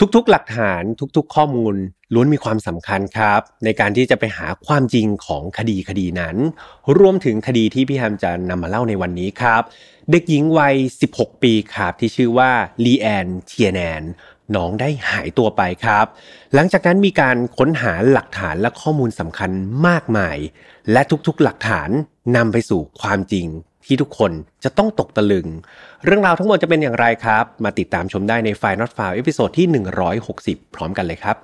ทุกๆหลักฐานทุกๆข้อมูลล้วนมีความสำคัญครับในการที่จะไปหาความจริงของคดีนั้นรวมถึงคดีที่พี่แฮมจะนำมาเล่าในวันนี้ครับเด็กหญิงวัย16 ปีครับที่ชื่อว่าลีแอนเทียแนนน้องได้หายตัวไปครับหลังจากนั้นมีการค้นหาหลักฐานและข้อมูลสำคัญมากมายและทุกๆหลักฐานนำไปสู่ความจริงที่ทุกคนจะต้องตกตะลึงเรื่องราวทั้งหมดจะเป็นอย่างไรครับมาติดตามชมได้ใน File Not Found เอพิโซดที่160พร้อมกันเลยครับ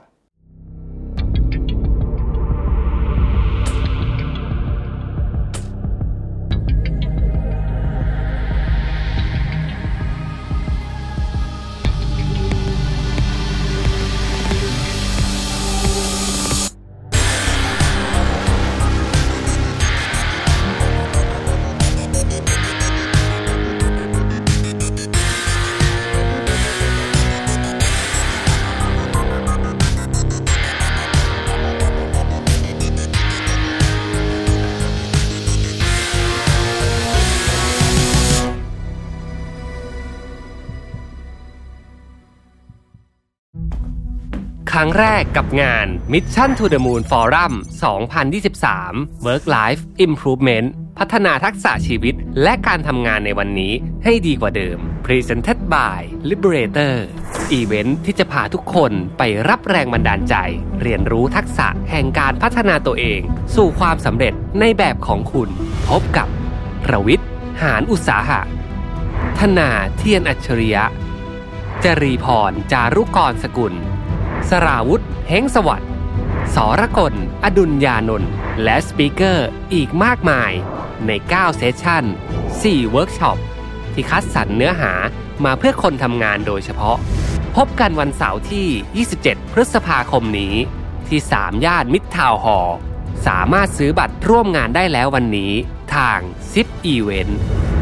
ครั้งแรกกับงาน Mission to the Moon Forum 2023 Work Life Improvement พัฒนาทักษะชีวิตและการทำงานในวันนี้ให้ดีกว่าเดิม Presented by Liberator อีเวนท์ที่จะพาทุกคนไปรับแรงบันดาลใจเรียนรู้ทักษะแห่งการพัฒนาตัวเองสู่ความสำเร็จในแบบของคุณพบกับประวิทย์ หาญอุตสาหะธนาเทียนอัจฉริยะจรีพรจารุกรสกุลสราวุธเฮ้งสวัสดิ์สรกลอดุลยานนท์และสปีกเกอร์อีกมากมายใน9เซสชั่น4เวิร์กช็อปที่คัดสรรเนื้อหามาเพื่อคนทำงานโดยเฉพาะพบกันวันเสาร์ที่27พฤษภาคมนี้ที่3ย่านมิตรทาวน์ฮอลล์สามารถซื้อบัตรร่วมงานได้แล้ววันนี้ทาง ZIP Event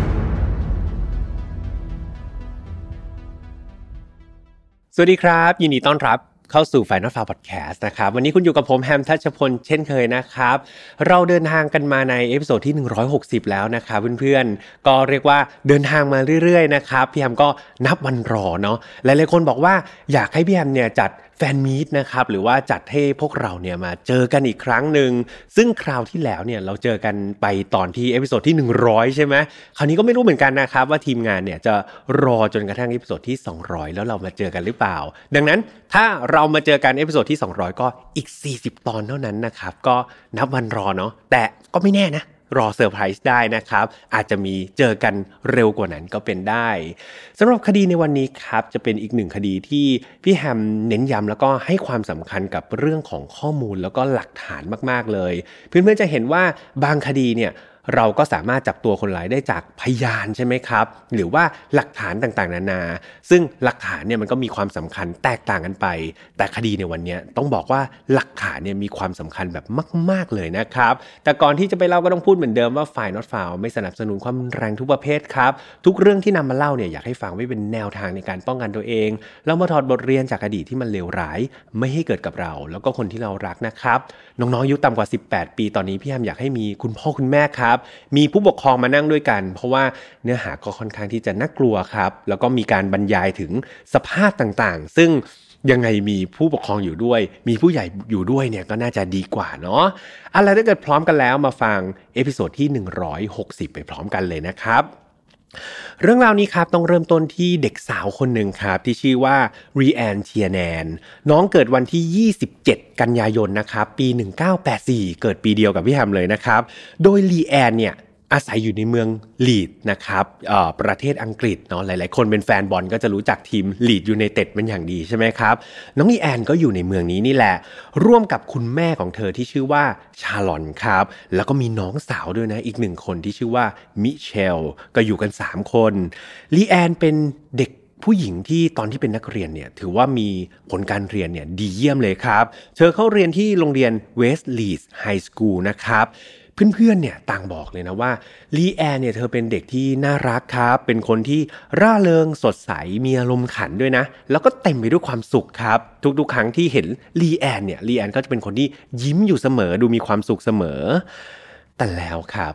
สวัสดีครับยินดีต้อนรับเข้าสู่ File Not Found Podcast นะครับวันนี้คุณอยู่กับผมแฮมทัชพลเช่นเคยนะครับเราเดินทางกันมาในเอพิโซดที่160แล้วนะครับเพื่อนๆก็เรียกว่าเดินทางมาเรื่อยๆนะครับพี่แฮมก็นับวันรอเนาะหลายๆคนบอกว่าอยากให้พี่แฮมเนี่ยจัดแฟนมีตนะครับหรือว่าจัดให้พวกเราเนี่ยมาเจอกันอีกครั้งนึงซึ่งคราวที่แล้วเนี่ยเราเจอกันไปตอนที่เอพิโซดที่100ใช่ไหมคราวนี้ก็ไม่รู้เหมือนกันนะครับว่าทีมงานเนี่ยจะรอจนกระทั่งเอพิโซดที่200แล้วเรามาเจอกันหรือเปล่าดังนั้นถ้าเรามาเจอกันเอพิโซดที่200ก็อีก40ตอนเท่านั้นนะครับก็นับวันรอเนาะแต่ก็ไม่แน่นะรอเซอร์ไพรส์ได้นะครับอาจจะมีเจอกันเร็วกว่านั้นก็เป็นได้สำหรับคดีในวันนี้ครับจะเป็นอีกหนึ่งคดีที่พี่แฮมเน้นย้ำแล้วก็ให้ความสำคัญกับเรื่องของข้อมูลแล้วก็หลักฐานมากๆเลยเพื่อนๆจะเห็นว่าบางคดีเนี่ยเราก็สามารถจับตัวคนร้ายได้จากพยานใช่ไหมครับหรือว่าหลักฐานต่างๆนานาซึ่งหลักฐานเนี่ยมันก็มีความสำคัญแตกต่างกันไปแต่คดีในวันนี้ต้องบอกว่าหลักฐานเนี่ยมีความสำคัญแบบมากๆเลยนะครับแต่ก่อนที่จะไปเล่าก็ต้องพูดเหมือนเดิมว่า File Not Found ไม่สนับสนุนความรุนแรงทุกประเภทครับทุกเรื่องที่นำมาเล่าเนี่ยอยากให้ฟังไว้เป็นแนวทางในการป้องกันตัวเองเรามาถอดบทเรียนจากอดีตที่มันเลวร้ายไม่ให้เกิดกับเราแล้วก็คนที่เรารักนะครับน้องๆอายุต่ำกว่า18 ปีตอนนี้พี่แฮมอยากให้มีคุณพ่อคุณแม่ครับมีผู้ปกครองมานั่งด้วยกันเพราะว่าเนื้อหาก็ค่อนข้างที่จะน่ากลัวครับแล้วก็มีการบรรยายถึงสภาพต่างๆซึ่งยังไงมีผู้ปกครองอยู่ด้วยมีผู้ใหญ่อยู่ด้วยเนี่ยก็น่าจะดีกว่าเนาะอะไรถ้าเกิดพร้อมกันแล้วมาฟังเอพิโซดที่160ไปพร้อมกันเลยนะครับเรื่องราวนี้ครับต้องเริ่มต้นที่เด็กสาวคนหนึ่งครับที่ชื่อว่ารีแอนเทียแนนน้องเกิดวันที่27กันยายนนะครับปี1984เกิดปีเดียวกับพี่แฮมเลยนะครับโดยรีแอนเนี่ยอาศัยอยู่ในเมืองลีดนะครับประเทศอังกฤษเนาะหลายๆคนเป็นแฟนบอลก็จะรู้จักทีมลีดยูไนเต็ดเป็นอย่างดีใช่ไหมครับน้องรีแอนก็อยู่ในเมืองนี้นี่แหละร่วมกับคุณแม่ของเธอที่ชื่อว่าชาลอนครับแล้วก็มีน้องสาวด้วยนะอีก1คนที่ชื่อว่ามิเชลก็อยู่กัน3คนรีแอนเป็นเด็กผู้หญิงที่ตอนที่เป็นนักเรียนเนี่ยถือว่ามีผลการเรียนเนี่ยดีเยี่ยมเลยครับเธอเข้าเรียนที่โรงเรียนเวสต์ลีดส์ไฮสคูลนะครับเพื่อนๆเนี่ยต่างบอกเลยนะว่าลีแอนเนี่ยเธอเป็นเด็กที่น่ารักครับเป็นคนที่ร่าเริงสดใสมีอารมณ์ขันด้วยนะแล้วก็เต็มไปด้วยความสุขครับทุกๆครั้งที่เห็นลีแอนเนี่ยลีแอนก็จะเป็นคนที่ยิ้มอยู่เสมอดูมีความสุขเสมอแต่แล้วครับ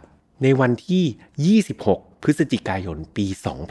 ในวันที่26พฤศจิกายนปี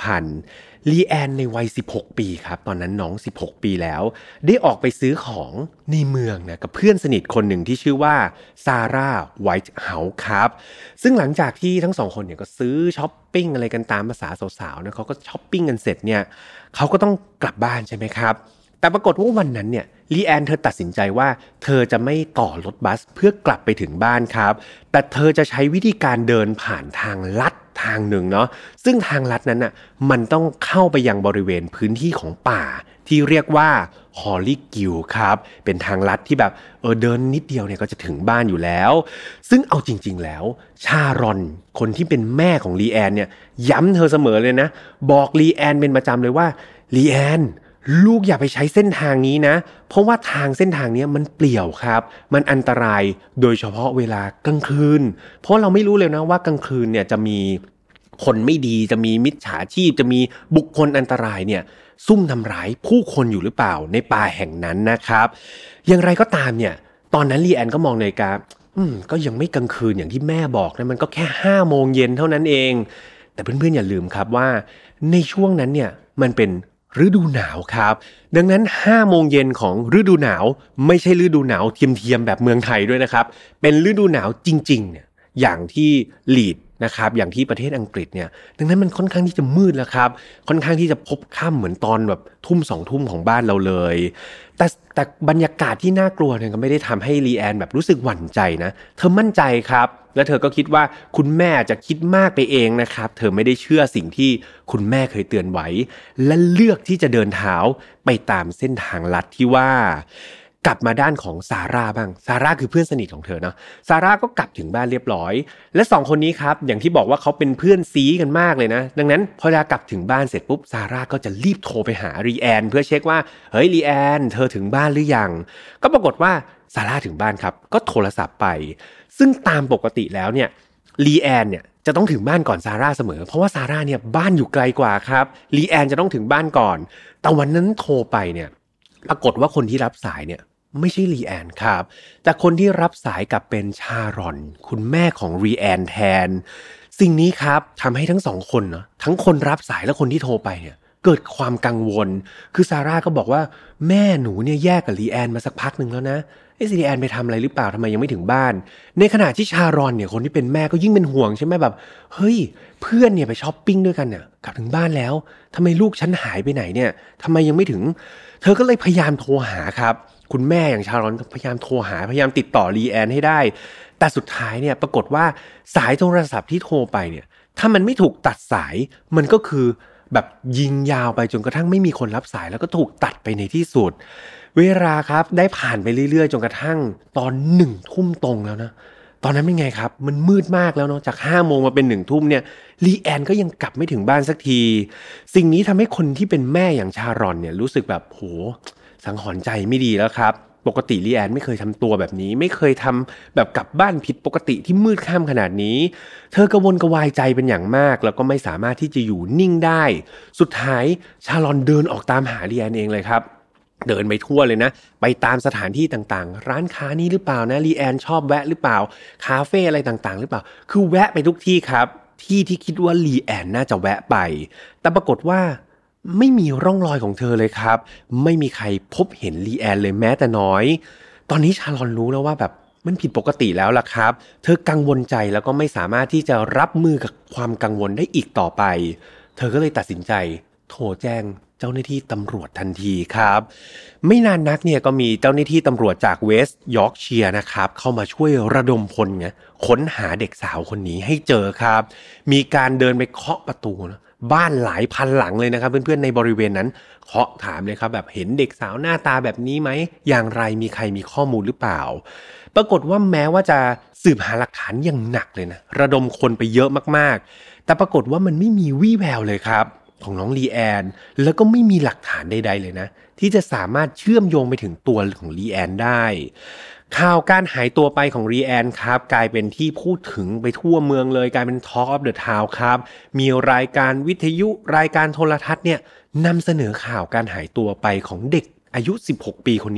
2000ลีแอนในวัย16ปีครับตอนนั้นน้อง16ปีแล้วได้ออกไปซื้อของในเมืองนะกับเพื่อนสนิทคนหนึ่งที่ชื่อว่าซาร่าไวท์เฮาส์ครับซึ่งหลังจากที่ทั้งสองคนเนี่ยก็ซื้อช้อปปิ้งอะไรกันตามภาษาสาวๆนะเขาก็ช้อปปิ้งกันเสร็จเนี่ยเขาก็ต้องกลับบ้านใช่ไหมครับแต่ปรากฏว่าวันนั้นเนี่ยลีแอนเธอตัดสินใจว่าเธอจะไม่ต่อรถบัสเพื่อกลับไปถึงบ้านครับแต่เธอจะใช้วิธีการเดินผ่านทางลัดทางหนึ่งเนาะซึ่งทางลัดนั้นน่ะมันต้องเข้าไปยังบริเวณพื้นที่ของป่าที่เรียกว่าฮอลลี่กิลครับเป็นทางลัดที่แบบเดินนิดเดียวเนี่ยก็จะถึงบ้านอยู่แล้วซึ่งเอาจริงๆแล้วชารอนคนที่เป็นแม่ของลีแอนเนี่ยย้ำเธอเสมอเลยนะบอกลีแอนเป็นประจำเลยว่าลีแอนลูกอย่าไปใช้เส้นทางนี้นะเพราะว่าทางเส้นทางนี้มันเปลี่ยวครับมันอันตรายโดยเฉพาะเวลากลางคืนเพราะเราไม่รู้เลยนะว่ากลางคืนเนี่ยจะมีคนไม่ดีจะมีมิจฉาชีพจะมีบุคคลอันตรายเนี่ยซุ่มทำร้ายผู้คนอยู่หรือเปล่าในป่าแห่งนั้นนะครับอย่างไรก็ตามเนี่ยตอนนั้นลีแอนก็มองนาฬิกาก็ยังไม่กลางคืนอย่างที่แม่บอกนะมันก็แค่5 โมงเย็นเท่านั้นเองแต่เพื่อนๆอย่าลืมครับว่าในช่วงนั้นเนี่ยมันเป็นฤดูหนาวครับดังนั้น5 โมงเย็นของฤดูหนาวไม่ใช่ฤดูหนาวเทียมๆแบบเมืองไทยด้วยนะครับเป็นฤดูหนาวจริงๆเนี่ยอย่างที่ลีดนะครับอย่างที่ประเทศอังกฤษเนี่ยดังนั้นมันค่อนข้างที่จะมืดแล้วครับค่อนข้างที่จะพบค่ำเหมือนตอนแบบทุ่ม2 ทุ่มของบ้านเราเลยแต่บรรยากาศที่น่ากลัวเนี่ยก็ไม่ได้ทำให้ลีแอนแบบรู้สึกหวั่นใจนะเธอมั่นใจครับและเธอก็คิดว่าคุณแม่จะคิดมากไปเองนะครับเธอไม่ได้เชื่อสิ่งที่คุณแม่เคยเตือนไว้และเลือกที่จะเดินเท้าไปตามเส้นทางลัดที่ว่ากลับมาด้านของซาร่าบ้างซาร่าคือเพื่อนสนิทของเธอเนาะซาร่าก็กลับถึงบ้านเรียบร้อยและ2 คนนี้ครับอย่างที่บอกว่าเขาเป็นเพื่อนซีกันมากเลยนะดังนั้นพอเวลากลับถึงบ้านเสร็จปุ๊บซาร่าก็จะรีบโทรไปหาลีแอนเพื่อเช็คว่าเฮ้ยลีแอนเธอถึงบ้านหรือยังก็ปรากฏว่าซาร่าถึงบ้านครับก็โทรศัพท์ไปซึ่งตามปกติแล้วเนี่ยลีแอนเนี่ยจะต้องถึงบ้านก่อนซาร่าเสมอเพราะว่าซาร่าเนี่ยบ้านอยู่ไกลกว่าครับลีแอนจะต้องถึงบ้านก่อนแต่วันนั้นโทรไปเนี่ยปรากฏว่าคนที่รับสายเนี่ยไม่ใช่ลีแอนครับแต่คนที่รับสายกลับเป็นชารอนคุณแม่ของลีแอนแทนสิ่งนี้ครับทำให้ทั้ง2 คนเนาะทั้งคนรับสายและคนที่โทรไปเนี่ยเกิดความกังวลคือซาร่าก็บอกว่าแม่หนูเนี่ยแยกกับลีแอนมาสักพักนึงแล้วนะลีแอนไปทำอะไรหรือเปล่าทำไมยังไม่ถึงบ้านในขณะที่ชารอนเนี่ยคนที่เป็นแม่ก็ยิ่งเป็นห่วงใช่ไหมแบบเฮ้ยเพื่อนเนี่ยไปช้อปปิ้งด้วยกันเนี่ยกลับถึงบ้านแล้วทำไมลูกฉันหายไปไหนเนี่ยทำไมยังไม่ถึงเธอก็เลยพยายามโทรหาครับคุณแม่อย่างชารอนพยายามโทรหาพยายามติดต่อลีแอนให้ได้แต่สุดท้ายเนี่ยปรากฏว่าสายโทรศัพท์ที่โทรไปเนี่ยถ้ามันไม่ถูกตัดสายมันก็คือแบบยิงยาวไปจนกระทั่งไม่มีคนรับสายแล้วก็ถูกตัดไปในที่สุดเวลาครับได้ผ่านไปเรื่อยๆจนกระทั่งตอน1 ทุ่มตรงแล้วนะตอนนั้นเป็นไงครับมันมืดมากแล้วเนาะจาก5 โมงมาเป็น1 ทุ่มเนี่ยลีแอนก็ยังกลับไม่ถึงบ้านสักทีสิ่งนี้ทำให้คนที่เป็นแม่อย่างชารอนเนี่ยรู้สึกแบบโหสังหรณ์ใจไม่ดีแล้วครับปกติลีแอนไม่เคยทำตัวแบบนี้ไม่เคยทำแบบกลับบ้านผิดปกติที่มืดค่ำขนาดนี้เธอกระวนกระวายใจเป็นอย่างมากแล้วก็ไม่สามารถที่จะอยู่นิ่งได้สุดท้ายชารอนเดินออกตามหาลีแอนเองเลยครับเดินไปทั่วเลยนะไปตามสถานที่ต่างๆร้านค้านี้หรือเปล่านะลีแอนชอบแวะหรือเปล่าคาเฟ่อะไรต่างๆหรือเปล่าคือแวะไปทุกที่ครับที่คิดว่าลีแอนน่าจะแวะไปแต่ปรากฏว่าไม่มีร่องรอยของเธอเลยครับไม่มีใครพบเห็นลีแอนเลยแม้แต่น้อยตอนนี้ชาลอนรู้แล้วว่าแบบมันผิดปกติแล้วล่ะครับเธอกังวลใจแล้วก็ไม่สามารถที่จะรับมือกับความกังวลได้อีกต่อไปเธอก็เลยตัดสินใจโทรแจ้งเจ้าหน้าที่ตำรวจทันทีครับไม่นานนักเนี่ยก็มีเจ้าหน้าที่ตำรวจจากเวสต์ยอร์กเชียร์นะครับเข้ามาช่วยระดมพลค้นหาเด็กสาวคนนี้ให้เจอครับมีการเดินไปเคาะประตูนะบ้านหลายพันหลังเลยนะครับเพื่อนๆในบริเวณนั้นเคาะถามเลยครับแบบเห็นเด็กสาวหน้าตาแบบนี้ไหมอย่างไรมีใครมีข้อมูลหรือเปล่าปรากฏว่าแม้ว่าจะสืบหาหลักฐานอย่างหนักเลยนะระดมคนไปเยอะมากๆแต่ปรากฏว่ามันไม่มีวี่แววเลยครับของน้องลีแอนแล้วก็ไม่มีหลักฐานใดๆเลยนะที่จะสามารถเชื่อมโยงไปถึงตัวของลีแอนได้ข่าวการหายตัวไปของลีแอนครับกลายเป็นที่พูดถึงไปทั่วเมืองเลยกลายเป็น Talk of the Town ครับมีรายการวิทยุรายการโทรทัศน์เนี่ยนำเสนอข่าวการหายตัวไปของเด็กอายุ16 ปีคนนี้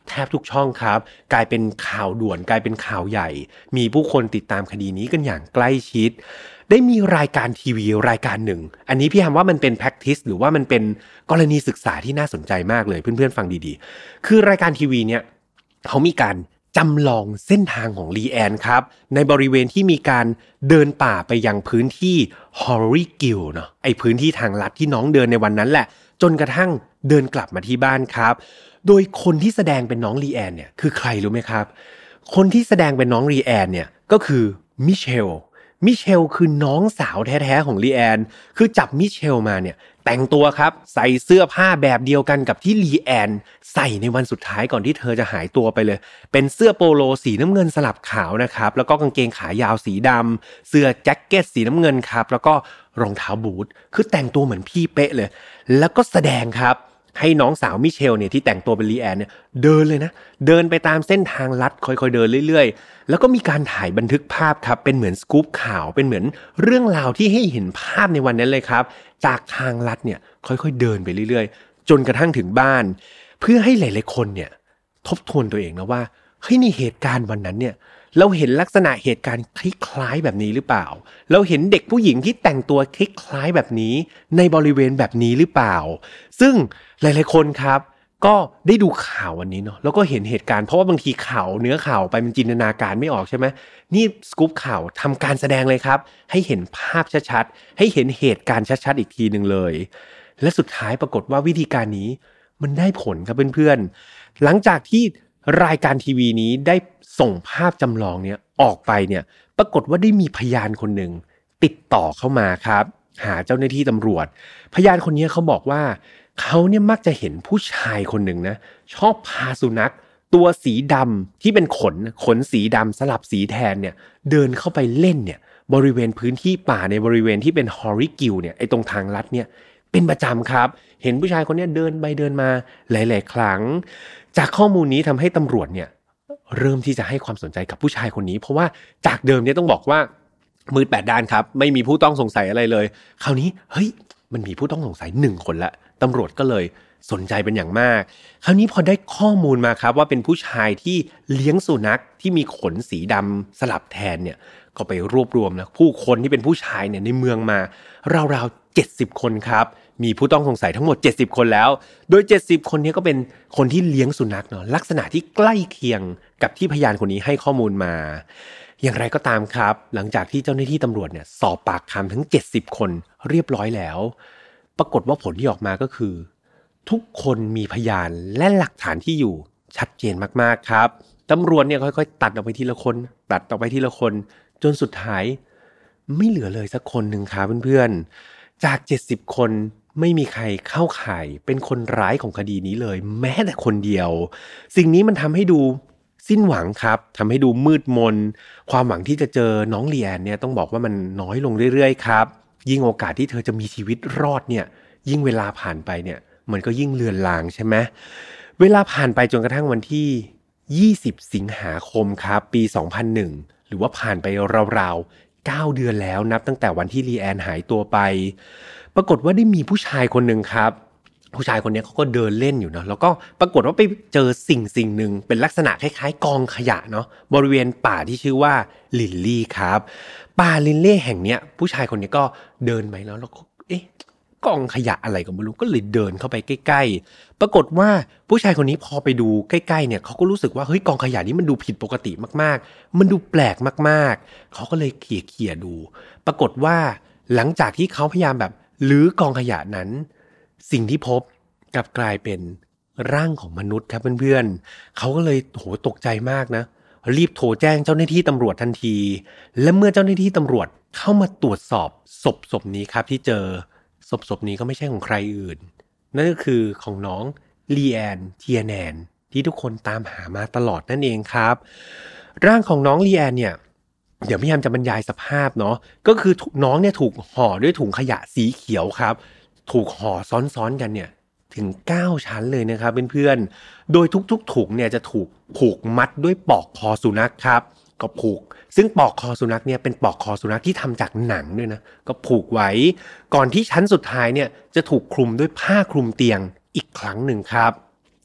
แทบทุกช่องครับกลายเป็นข่าวด่วนกลายเป็นข่าวใหญ่มีผู้คนติดตามคดีนี้กันอย่างใกล้ชิดได้มีรายการทีวีรายการหนึ่งอันนี้พี่แฮมว่ามันเป็น practice หรือว่ามันเป็นกรณีศึกษาที่น่าสนใจมากเลยเพื่อนๆฟังดีๆคือรายการทีวีเนี่ยเขามีการจำลองเส้นทางของลีแอนครับในบริเวณที่มีการเดินป่าไปยังพื้นที่ฮอร์รี่กิลเนาะไอพื้นที่ทางลัดที่น้องเดินในวันนั้นแหละจนกระทั่งเดินกลับมาที่บ้านครับโดยคนที่แสดงเป็นน้องลีแอนเนี่ยคือใครรู้ไหมครับคนที่แสดงเป็นน้องลีแอนเนี่ยก็คือมิเชลคือน้องสาวแท้ๆของลีแอนคือจับมิเชลมาเนี่ยแต่งตัวครับใส่เสื้อผ้าแบบเดียวกันกับที่ลีแอนใส่ในวันสุดท้ายก่อนที่เธอจะหายตัวไปเลยเป็นเสื้อโปโลสีน้ำเงินสลับขาวนะครับแล้วก็กางเกงขายาวสีดำเสื้อแจ็คเก็ตสีน้ำเงินครับแล้วก็รองเท้าบูทคือแต่งตัวเหมือนพี่เป๊ะเลยแล้วก็แสดงครับให้น้องสาวมิเชลเนี่ยที่แต่งตัวเป็นลีแอนเนี่ยเดินเลยนะเดินไปตามเส้นทางลัดค่อยๆเดินเรื่อยๆแล้วก็มีการถ่ายบันทึกภาพครับเป็นเหมือนสกู๊ปข่าวเป็นเหมือนเรื่องราวที่ให้เห็นภาพในวันนั้นเลยครับจากทางลัดเนี่ยค่อยๆเดินไปเรื่อยๆจนกระทั่งถึงบ้านเพื่อให้หลายๆคนเนี่ยทบทวนตัวเองนะว่าเฮ้ยในเหตุการณ์วันนั้นเนี่ยเราเห็นลักษณะเหตุการณ์คล้ายๆแบบนี้หรือเปล่าเราเห็นเด็กผู้หญิงที่แต่งตัวคล้ายๆแบบนี้ในบริเวณแบบนี้หรือเปล่าซึ่งหลายๆคนครับก็ได้ดูข่าววันนี้เนาะแล้วก็เห็นเหตุการณ์เพราะว่าบางทีข่าวเนื้อข่าวไปมันจินตนาการไม่ออกใช่ไหมนี่สกู๊ปข่าวทำการแสดงเลยครับให้เห็นภาพชัดๆให้เห็นเหตุการณ์ชัดๆอีกทีนึงเลยและสุดท้ายปรากฏว่าวิธีการนี้มันได้ผลครับเพื่อนๆหลังจากที่รายการทีวีนี้ได้ส่งภาพจำลองเนี่ยออกไปเนี่ยปรากฏว่าได้มีพยานคนหนึ่งติดต่อเข้ามาครับหาเจ้าหน้าที่ตำรวจพยานคนนี้เขาบอกว่าเขาเนี่ยมักจะเห็นผู้ชายคนหนึ่งนะชอบพาสุนัขตัวสีดำที่เป็นขนสีดำสลับสีแทนเนี่ยเดินเข้าไปเล่นเนี่ยบริเวณพื้นที่ป่าในบริเวณที่เป็นฮอร์รี่กิลเนี่ยไอ้ตรงทางลัดเนี่ยเป็นประจำครับเห็นผู้ชายคนนี้เดินไปเดินมาหลายๆครั้งจากข้อมูลนี้ทำให้ตำรวจเนี่ยเริ่มที่จะให้ความสนใจกับผู้ชายคนนี้เพราะว่าจากเดิมเนี่ยต้องบอกว่ามืดแปดด้านครับไม่มีผู้ต้องสงสัยอะไรเลยคราวนี้เฮ้ยมันมีผู้ต้องสงสัย1คนละตำรวจก็เลยสนใจเป็นอย่างมากคราวนี้พอได้ข้อมูลมาครับว่าเป็นผู้ชายที่เลี้ยงสุนัขที่มีขนสีดำสลับแทนเนี่ยก็ไปรวบรวมนะผู้คนที่เป็นผู้ชายเนี่ยในเมืองมาราวๆ70คนครับมีผู้ต้องสงสัยทั้งหมด70คนแล้วโดย70คนนี้ก็เป็นคนที่เลี้ยงสุนัขเนาะลักษณะที่ใกล้เคียงกับที่พยานคนนี้ให้ข้อมูลมาอย่างไรก็ตามครับหลังจากที่เจ้าหน้าที่ตำรวจเนี่ยสอบปากคำทั้ง70คนเรียบร้อยแล้วปรากฏว่าผลที่ออกมาก็คือทุกคนมีพยานและหลักฐานที่อยู่ชัดเจนมากๆครับตำรวจเนี่ยค่อยๆตัดออกไปทีละคนจนสุดท้ายไม่เหลือเลยสักคนหนึ่งครับเพื่อนๆจาก70คนไม่มีใครเข้าข่ายเป็นคนร้ายของคดีนี้เลยแม้แต่คนเดียวสิ่งนี้มันทำให้ดูสิ้นหวังครับทำให้ดูมืดมนความหวังที่จะเจอน้องลีแอนเนี่ยต้องบอกว่ามันน้อยลงเรื่อยๆครับยิ่งโอกาสที่เธอจะมีชีวิตรอดเนี่ยยิ่งเวลาผ่านไปเนี่ยมันก็ยิ่งเลือนลางใช่ไหมเวลาผ่านไปจนกระทั่งวันที่20สิงหาคมครับปี2001หรือว่าผ่านไปราวๆ9เดือนแล้วนับตั้งแต่วันที่ลีแอนหายตัวไปปรากฏว่าได้มีผู้ชายคนหนึ่งครับผู้ชายคนนี้เขาก็เดินเล่นอยู่เนาะแล้วก็ปรากฏว่าไปเจอสิ่งหนึ่งเป็นลักษณะคล้ายๆกองขยะเนาะบริเวณป่าที่ชื่อว่าลินลี่ครับป่าลินลี่แห่งเนี้ยผู้ชายคนนี้ก็เดินไปแล้วก็กองขยะอะไรก็ไม่รู้ก็เลยเดินเข้าไปใกล้ๆปรากฏว่าผู้ชายคนนี้พอไปดูใกล้ๆเนี่ยเขาก็รู้สึกว่าเฮ้ยกองขยะนี้มันดูผิดปกติมากๆมันดูแปลกมากๆเขาก็เลยเขี่ยดูปรากฏว่าหลังจากที่เขาพยายามแบบรื้อกองขยะนั้นสิ่งที่พบกลับกลายเป็นร่างของมนุษย์ครับเพื่อนๆเขาก็เลยตกใจมากนะรีบโทรแจ้งเจ้าหน้าที่ตำรวจทันทีและเมื่อเจ้าหน้าที่ตำรวจเข้ามาตรวจสอบศพนี้ครับที่เจอศพนี้ก็ไม่ใช่ของใครอื่นนั่นก็คือของน้องลีแอนเทียแนนที่ทุกคนตามหามาตลอดนั่นเองครับร่างของน้องลีแอนเนี่ยเดี๋ยวพี่แฮมจะบรรยายสภาพเนาะก็คือน้องเนี่ยถูกห่อด้วยถุงขยะสีเขียวครับถูกห่อซ้อนๆกันเนี่ยถึง9ชั้นเลยนะครับเพื่อนๆโดยทุกๆถุงเนี่ยจะถูกผูกมัดด้วยปลอกคอสุนัขครับก็ผูกซึ่งปลอกคอสุนัขเนี่ยเป็นปลอกคอสุนัขที่ทำจากหนังด้วยนะก็ผูกไว้ก่อนที่ชั้นสุดท้ายเนี่ยจะถูกคลุมด้วยผ้าคลุมเตียงอีกครั้งหนึ่งครับ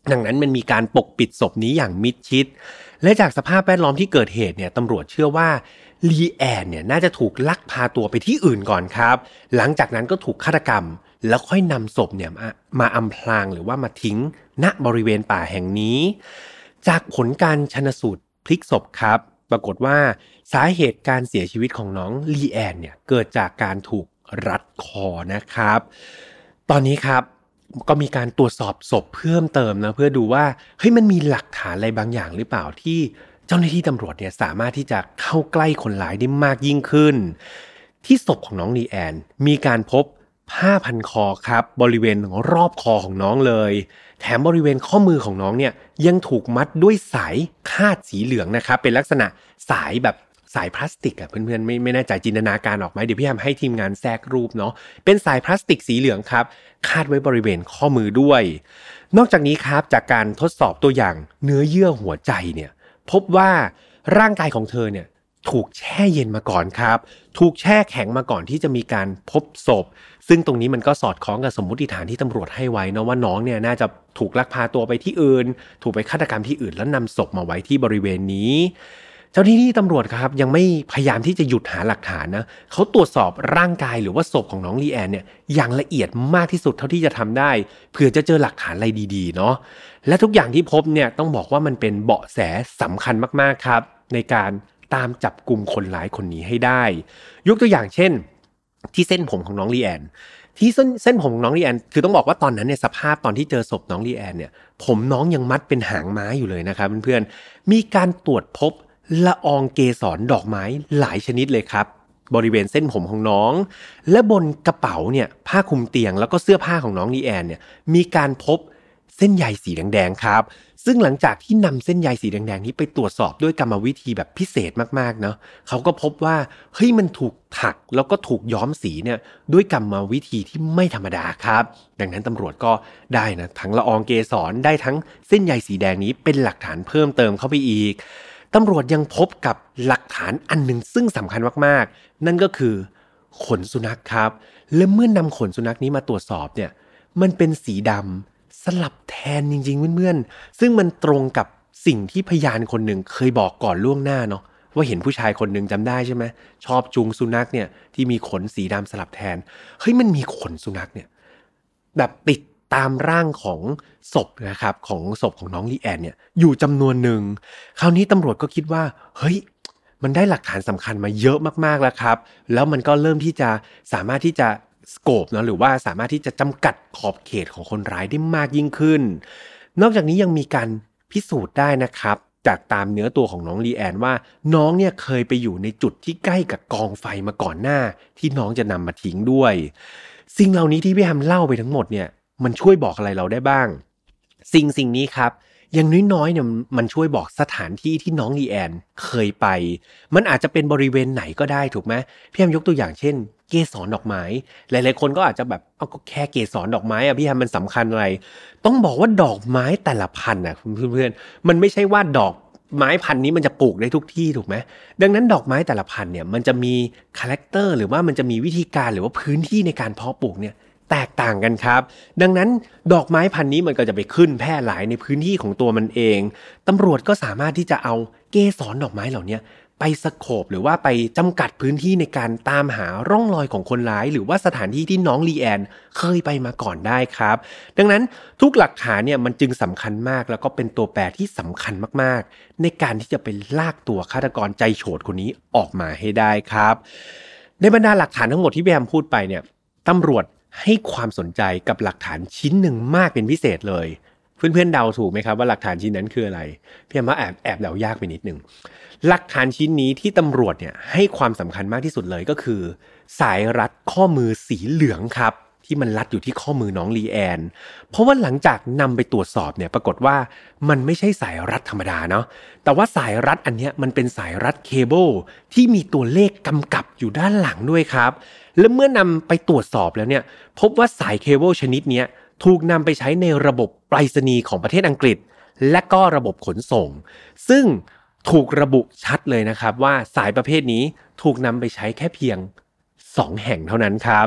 ดังนั้นมันมีการปกปิดศพนี้อย่างมิดชิดและจากสภาพแวดล้อมที่เกิดเหตุเนี่ยตำรวจเชื่อว่าลีแอนเนี่ยน่าจะถูกลักพาตัวไปที่อื่นก่อนครับหลังจากนั้นก็ถูกฆาตกรรมแล้วค่อยนำศพเนี่ยมาอำพรางหรือว่ามาทิ้งณบริเวณป่าแห่งนี้จากผลการชันสูตรพลิกศพครับปรากฏว่าสาเหตุการเสียชีวิตของน้องลีแอนเนี่ยเกิดจากการถูกรัดคอนะครับตอนนี้ครับก็มีการตรวจสอบศพเพิ่มเติมนะเพื่อดูว่าเฮ้ยมันมีหลักฐานอะไรบางอย่างหรือเปล่าที่เจ้าหน้าที่ตำรวจเนี่ยสามารถที่จะเข้าใกล้คนร้ายได้มากยิ่งขึ้นที่ศพของน้องลีแอนมีการพบผ้าพันคอครับบริเวณรอบคอของน้องเลยแถมบริเวณข้อมือของน้องเนี่ยยังถูกมัดด้วยสายคาดสีเหลืองนะครับเป็นลักษณะสายแบบสายพลาสติกอ่ะเพื่อนๆไม่แน่ใจจินตนาการออกไหมเดี๋ยวพี่ทำให้ทีมงานแทรกรูปเนาะเป็นสายพลาสติกสีเหลืองครับคาดไว้บริเวณข้อมือด้วยนอกจากนี้ครับจากการทดสอบตัวอย่างเนื้อเยื่อหัวใจเนี่ยพบว่าร่างกายของเธอเนี่ยถูกแช่เย็นมาก่อนครับถูกแช่แข็งมาก่อนที่จะมีการพบศพซึ่งตรงนี้มันก็สอดคล้องกับสมมุติฐานที่ตำรวจให้ไว้นะว่าน้องเนี่ยน่าจะถูกลักพาตัวไปที่อื่นถูกไปฆาตกรรมที่อื่นแล้วนำศพมาไว้ที่บริเวณนี้เจ้าหน้าที่ตำรวจครับยังไม่พยายามที่จะหยุดหาหลักฐานนะเขาตรวจสอบร่างกายหรือว่าศพของน้องลีแอนเนี่ยอย่างละเอียดมากที่สุดเท่าที่จะทำได้เผื่อจะเจอหลักฐานอะไรดีๆเนาะและทุกอย่างที่พบเนี่ยต้องบอกว่ามันเป็นเบาะแสสำคัญมากๆครับในการตามจับกลุ่มคนร้ายคนนี้ให้ได้ยกตัวอย่างเช่นที่เส้นผมของน้องลีแอนที่เส้นผมของน้องลีแอนคือต้องบอกว่าตอนนั้นเนี่ยสภาพตอนที่เจอศพน้องลีแอนเนี่ยผมน้องยังมัดเป็นหางม้าอยู่เลยนะครับเพื่อนๆมีการตรวจพบละอองเกสรดอกไม้หลายชนิดเลยครับบริเวณเส้นผมของน้องและบนกระเป๋าเนี่ยผ้าคลุมเตียงแล้วก็เสื้อผ้าของน้องลีแอนเนี่ยมีการพบเส้นใยสีแดงๆครับซึ่งหลังจากที่นำเส้นใยสีแดงๆนี้ไปตรวจสอบด้วยกรรมวิธีแบบพิเศษมากๆเนาะเขาก็พบว่าเฮ้ยมันถูกถักแล้วก็ถูกย้อมสีเนี่ยด้วยกรรมวิธีที่ไม่ธรรมดาครับดังนั้นตำรวจก็ได้นะทั้งละอองเกสรได้ทั้งเส้นใยสีแดงนี้เป็นหลักฐานเพิ่มเติมเข้าไปอีกตำรวจยังพบกับหลักฐานอันหนึ่งซึ่งสำคัญมากๆนั่นก็คือขนสุนัขครับและเมื่อนำขนสุนัขนี้มาตรวจสอบเนี่ยมันเป็นสีดำสลับแทนจริงๆเพื่อนๆซึ่งมันตรงกับสิ่งที่พยานคนหนึ่งเคยบอกก่อนล่วงหน้าเนาะว่าเห็นผู้ชายคนหนึ่งจำได้ใช่ไหมชอบจูงสุนัขเนี่ยที่มีขนสีดำสลับแทนเฮ้ยมันมีขนสุนัขเนี่ยแบบติดตามร่างของศพนะครับของศพของน้องลีแอนเนี่ยอยู่จำนวนหนึ่งคราวนี้ตำรวจก็คิดว่าเฮ้ยมันได้หลักฐานสำคัญมาเยอะมากๆแล้วครับแล้วมันก็เริ่มที่จะสามารถที่จะสโคปเนาะหรือว่าสามารถที่จะจำกัดขอบเขตของคนร้ายได้มากยิ่งขึ้นนอกจากนี้ยังมีการพิสูจน์ได้นะครับจากตามเนื้อตัวของน้องลีแอนว่าน้องเนี่ยเคยไปอยู่ในจุดที่ใกล้กับกองไฟมาก่อนหน้าที่น้องจะนำมาทิ้งด้วยสิ่งเหล่านี้ที่พี่แฮมเล่าไปทั้งหมดเนี่ยมันช่วยบอกอะไรเราได้บ้างสิ่งนี้ครับอย่างน้อยๆเนี่ยมันช่วยบอกสถานที่ที่น้องลีแอนเคยไปมันอาจจะเป็นบริเวณไหนก็ได้ถูกไหมพี่แฮมยกตัวอย่างเช่นเกสรดอกไม้หลายๆคนก็อาจจะแบบเอาก็แค่เกสรดอกไม้อะพี่แฮมมันสำคัญอะไรต้องบอกว่าดอกไม้แต่ละพันธุ์อะเพื่อนๆมันไม่ใช่ว่าดอกไม้พันธุ์นี้มันจะปลูกได้ทุกที่ถูกไหมดังนั้นดอกไม้แต่ละพันธุ์เนี่ยมันจะมีคาแรคเตอร์หรือว่ามันจะมีวิธีการหรือว่าพื้นที่ในการเพาะปลูกเนี่ยแตกต่างกันครับดังนั้นดอกไม้พันธุ์นี้มันก็จะไปขึ้นแพร่หลายในพื้นที่ของตัวมันเองตำรวจก็สามารถที่จะเอาเกสรดอกไม้เหล่านี้ไปสโคปหรือว่าไปจำกัดพื้นที่ในการตามหาร่องรอยของคนร้ายหรือว่าสถานที่ที่น้องลีแอนเคยไปมาก่อนได้ครับดังนั้นทุกหลักฐานเนี่ยมันจึงสำคัญมากแล้วก็เป็นตัวแปรที่สำคัญมากๆในการที่จะไปลากตัวฆาตกรใจโฉดคนนี้ออกมาให้ได้ครับในบรรดาหลักฐานทั้งหมดที่พี่แอมพูดไปเนี่ยตำรวจให้ความสนใจกับหลักฐานชิ้นหนึ่งมากเป็นพิเศษเลยเพื่อนๆเดาถูกไหมครับว่าหลักฐานชิ้นนั้นคืออะไรพี่แอมว่าแอบเดายากไปนิดนึงหลักฐานชิ้นนี้ที่ตำรวจเนี่ยให้ความสำคัญมากที่สุดเลยก็คือสายรัดข้อมือสีเหลืองครับที่มันรัดอยู่ที่ข้อมือน้องลีแอนเพราะว่าหลังจากนำไปตรวจสอบเนี่ยปรากฏว่ามันไม่ใช่สายรัดธรรมดาเนาะแต่ว่าสายรัดอันนี้มันเป็นสายรัดเคเบิลที่มีตัวเลขกำกับอยู่ด้านหลังด้วยครับและเมื่อนำไปตรวจสอบแล้วเนี่ยพบว่าสายเคเบิลชนิดนี้ถูกนำไปใช้ในระบบไปรษณีย์ของประเทศอังกฤษและก็ระบบขนส่งซึ่งถูกระบุชัดเลยนะครับว่าสายประเภทนี้ถูกนำไปใช้แค่เพียง2แห่งเท่านั้นครับ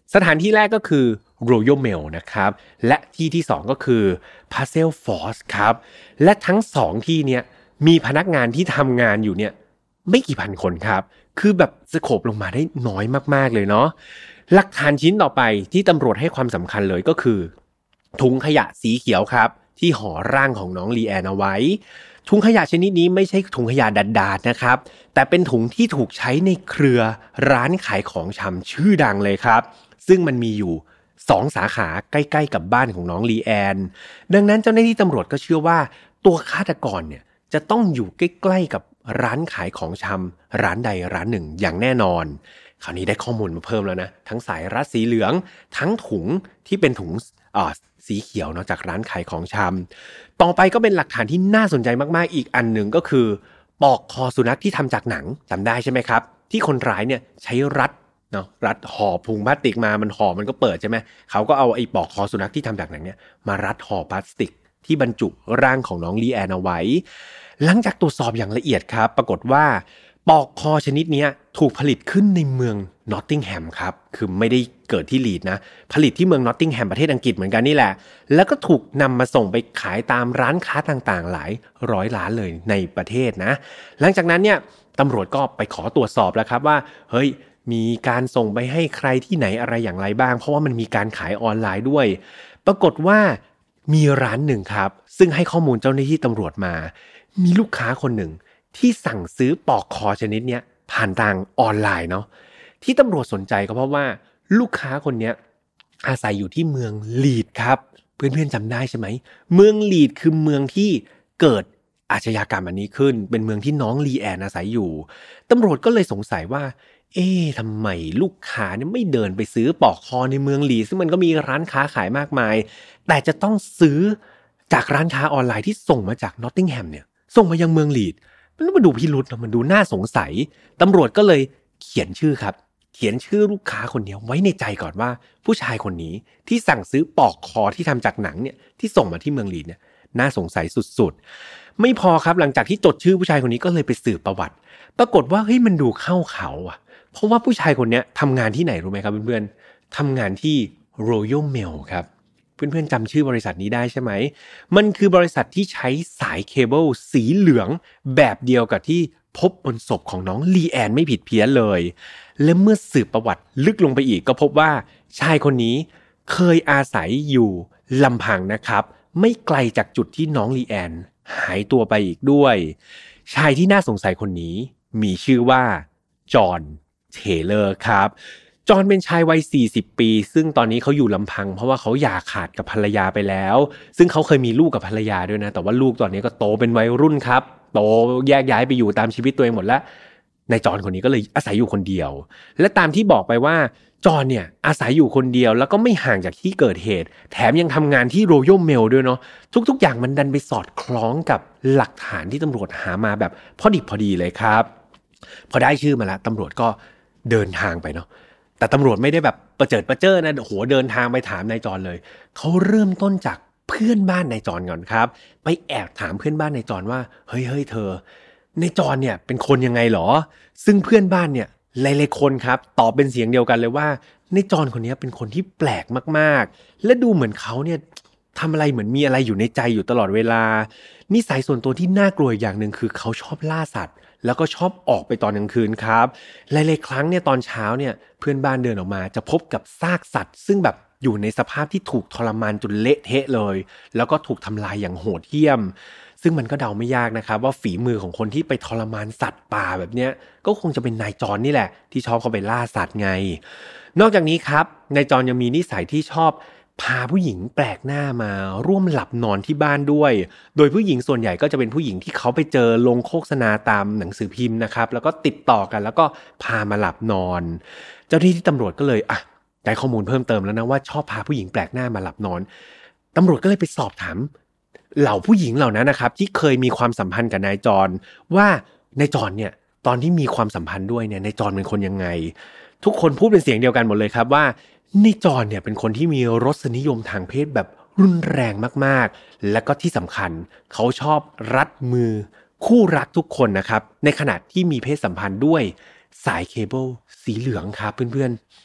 สถานที่แรกก็คือ Royal Mail นะครับและที่2ก็คือ Parcel Force ครับและทั้ง2ที่เนี้ยมีพนักงานที่ทำงานอยู่เนี่ยไม่กี่พันคนครับคือแบบสโคปลงมาได้น้อยมากๆเลยเนาะหลักฐานชิ้นต่อไปที่ตำรวจให้ความสำคัญเลยก็คือถุงขยะสีเขียวครับที่ห่อร่างของน้องลีแอนเอาไว้ถุงขยะชนิดนี้ไม่ใช่ถุงขยะดาดๆนะครับแต่เป็นถุงที่ถูกใช้ในเครือร้านขายของชำชื่อดังเลยครับซึ่งมันมีอยู่2สาขาใกล้ๆกับบ้านของน้องลีแอนดังนั้นเจ้าหน้าที่ตำรวจก็เชื่อว่าตัวฆาตกรเนี่ยจะต้องอยู่ใกล้ๆกับร้านขายของชำร้านใดร้านหนึ่งอย่างแน่นอนคราวนี้ได้ข้อมูลมาเพิ่มแล้วนะทั้งสายรัดสีเหลืองทั้งถุงที่เป็นถุงสีเขียวเนาะจากร้านขายของชำต่อไปก็เป็นหลักฐานที่น่าสนใจมากๆอีกอันหนึ่งก็คือปลอกคอสุนัขที่ทำจากหนังจำได้ใช่ไหมครับที่คนร้ายเนี่ยใช้รัดเนาะรัดห่อถุงพลาสติกมามันห่อมันก็เปิดใช่ไหมเขาก็เอาไอ้ปลอกคอสุนัขที่ทำจากหนังเนี่ยมารัดห่อพลาสติกที่บรรจุร่างของน้องลีแอนเอาไว้หลังจากตรวจสอบอย่างละเอียดครับปรากฏว่าปลอกคอชนิดนี้ถูกผลิตขึ้นในเมืองนอตติงแฮมครับคือไม่ได้เกิดที่ลีดนะผลิตที่เมืองนอตติงแฮมประเทศอังกฤษเหมือนกันนี่แหละแล้วก็ถูกนำมาส่งไปขายตามร้านค้าต่างๆหลายร้อยร้านเลยในประเทศนะหลังจากนั้นเนี่ยตำรวจก็ไปขอตรวจสอบแล้วครับว่าเฮ้ยมีการส่งไปให้ใครที่ไหนอะไรอย่างไรบ้างเพราะว่ามันมีการขายออนไลน์ด้วยปรากฏว่ามีร้านหนึ่งครับซึ่งให้ข้อมูลเจ้าหน้าที่ตำรวจมามีลูกค้าคนหนึ่งที่สั่งซื้อปลอกคอชนิดเนี้ยผ่านทางออนไลน์เนาะที่ตำรวจสนใจก็เพราะว่าลูกค้าคนนี้อาศัยอยู่ที่เมืองลีดครับเพื่อนๆจำได้ใช่ไหมเมืองลีดคือเมืองที่เกิดอาชญากรรมอันนี้ขึ้นเป็นเมืองที่น้องลีแอนอาศัยอยู่ตำรวจก็เลยสงสัยว่าทำไมลูกค้าเนี่ยไม่เดินไปซื้อปลอกคอในเมืองลีดซึ่งมันก็มีร้านค้าขายมากมายแต่จะต้องซื้อจากร้านค้าออนไลน์ที่ส่งมาจากนอตติงแฮมเนี่ยส่งมายังเมืองลีดมันดูพิรุธนะมันดูน่าสงสัยตำรวจก็เลยเขียนชื่อครับเขียนชื่อลูกค้าคนนี้ไว้ในใจก่อนว่าผู้ชายคนนี้ที่สั่งซื้อปลอกคอที่ทำจากหนังเนี่ยที่ส่งมาที่เมืองลีดเนี่ยน่าสงสัยสุดๆไม่พอครับหลังจากที่จดชื่อผู้ชายคนนี้ก็เลยไปสืบประวัติปรากฏว่าเฮ้ยมันดูเข้าเขาอ่ะเพราะว่าผู้ชายคนนี้ทำงานที่ไหนรู้ไหมครับเพื่อนๆทำงานที่ Royal Mail ครับเพื่อนๆจำชื่อบริษัทนี้ได้ใช่ไหมมันคือบริษัทที่ใช้สายเคเบิลสีเหลืองแบบเดียวกับที่พบบนศพของน้องลีแอนไม่ผิดเพี้ยนเลยและเมื่อสืบประวัติลึกลงไปอีกก็พบว่าชายคนนี้เคยอาศัยอยู่ลำพังนะครับไม่ไกลจากจุดที่น้องลีแอนหายตัวไปอีกด้วยชายที่น่าสงสัยคนนี้มีชื่อว่าจอห์นเทเลอร์ครับจอห์นเป็นชายวัย40ปีซึ่งตอนนี้เขาอยู่ลำพังเพราะว่าเขาหย่าขาดกับภรรยาไปแล้วซึ่งเขาเคยมีลูกกับภรรยาด้วยนะแต่ว่าลูกตอนนี้ก็โตเป็นวัยรุ่นครับโตแยกย้ายไปอยู่ตามชีวิตตัวเองหมดแล้วนายจอห์นคนนี้ก็เลยอาศัยอยู่คนเดียวและตามที่บอกไปว่าจอห์นเนี่ยอาศัยอยู่คนเดียวแล้วก็ไม่ห่างจากที่เกิดเหตุแถมยังทำงานที่ Royal Mail ด้วยเนาะทุกๆอย่างมันดันไปสอดคล้องกับหลักฐานที่ตำรวจหามาแบบพอดิบพอดีเลยครับพอได้ชื่อมาแล้วตำรวจก็เดินทางไปเนาะแต่ตำรวจไม่ได้แบบประเจิดประเจ้อนะโอ้โหเดินทางไปถามนายจอห์นเลยเขาเริ่มต้นจากเพื่อนบ้านนายจอห์นก่อนครับไปแอบถามเพื่อนบ้านนายจอห์นว่าเฮ้ยเธอนายจอห์นเนี่ยเป็นคนยังไงหรอซึ่งเพื่อนบ้านเนี่ยหลายๆคนครับตอบเป็นเสียงเดียวกันเลยว่านายจอห์นคนนี้เป็นคนที่แปลกมากๆและดูเหมือนเขาเนี่ยทำอะไรเหมือนมีอะไรอยู่ในใจอยู่ตลอดเวลานิสัยส่วนตัวที่น่ากลัวอย่างหนึ่งคือเขาชอบล่าสัตว์แล้วก็ชอบออกไปตอนกลางคืนครับหลายๆครั้งเนี่ยตอนเช้าเนี่ยเพื่อนบ้านเดินออกมาจะพบกับซากสัตว์ซึ่งแบบอยู่ในสภาพที่ถูกทรมานจนเละเทะเลยแล้วก็ถูกทำลายอย่างโหดเหี้ยมซึ่งมันก็เดาไม่ยากนะครับว่าฝีมือของคนที่ไปทรมานสัตว์ป่าแบบเนี้ยก็คงจะเป็นนายจอห์นนี่แหละที่ชอบเข้าไปล่าสัตว์ไงนอกจากนี้ครับนายจอห์นยังมีนิสัยที่ชอบพาผู้หญิงแปลกหน้ามาร่วมหลับนอนที่บ้านด้วยโดยผู้หญิงส่วนใหญ่ก็จะเป็นผู้หญิงที่เขาไปเจอลงโฆษณาตามหนังสือพิมพ์นะครับแล้วก็ติดต่อกันแล้วก็พามาหลับนอนเจ้าหน้าที่ตำรวจก็เลยได้ข้อมูลเพิ่มเติมแล้วนะว่าชอบพาผู้หญิงแปลกหน้ามาหลับนอนตำรวจก็เลยไปสอบถามเหล่าผู้หญิงเหล่านั้นนะครับที่เคยมีความสัมพันธ์กับนายจอห์นว่านายจอห์นเนี่ยตอนที่มีความสัมพันธ์ด้วยเนี่ยนายจอห์นเป็นคนยังไงทุกคนพูดเป็นเสียงเดียวกันหมดเลยครับว่านายจอห์นเนี่ยเป็นคนที่มีรสนิยมทางเพศแบบรุนแรงมากๆและก็ที่สำคัญเขาชอบรัดมือคู่รักทุกคนนะครับในขณะที่มีเพศสัมพันธ์ด้วยสายเคเบิลสีเหลืองครับเพื่อนๆ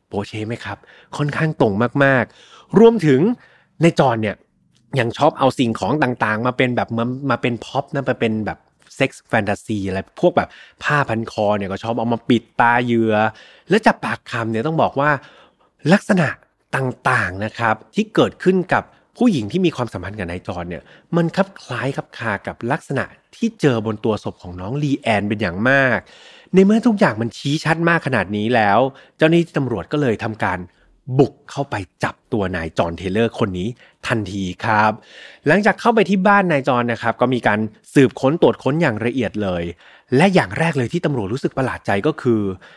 โปเช่ไหมครับค่อนข้างตรงมากๆรวมถึงในจอนเนี่ยยังชอบเอาสิ่งของต่างๆมาเป็นแบบมาเป็นพ็อปนะมาเป็นแบบเซ็กซ์แฟนตาซีอะไรพวกแบบผ้าพันคอเนี่ยก็ชอบเอามาปิดตาเหยื่อและจากปากคำเนี่ยต้องบอกว่าลักษณะต่างๆนะครับที่เกิดขึ้นกับผู้หญิงที่มีความสัมพันธ์กับนายจอนเนี่ยมันคล้ายคากับลักษณะที่เจอบนตัวศพของน้องลีแอนเป็นอย่างมากในเมื่อทุกอย่างมันชี้ชัดมากขนาดนี้แล้วเจ้าหน้าที่ตำรวจก็เลยทำการบุกเข้าไปจับตัวนายจอห์นเทเลอร์คนนี้ทันทีครับหลังจากเข้าไปที่บ้านนายจอห์นนะครับก็มีการสืบค้นตรวจค้นอย่างละเอียดเลยและอย่างแรกเลยที่ตำรวจรู้สึกประหลาดใจก็คือ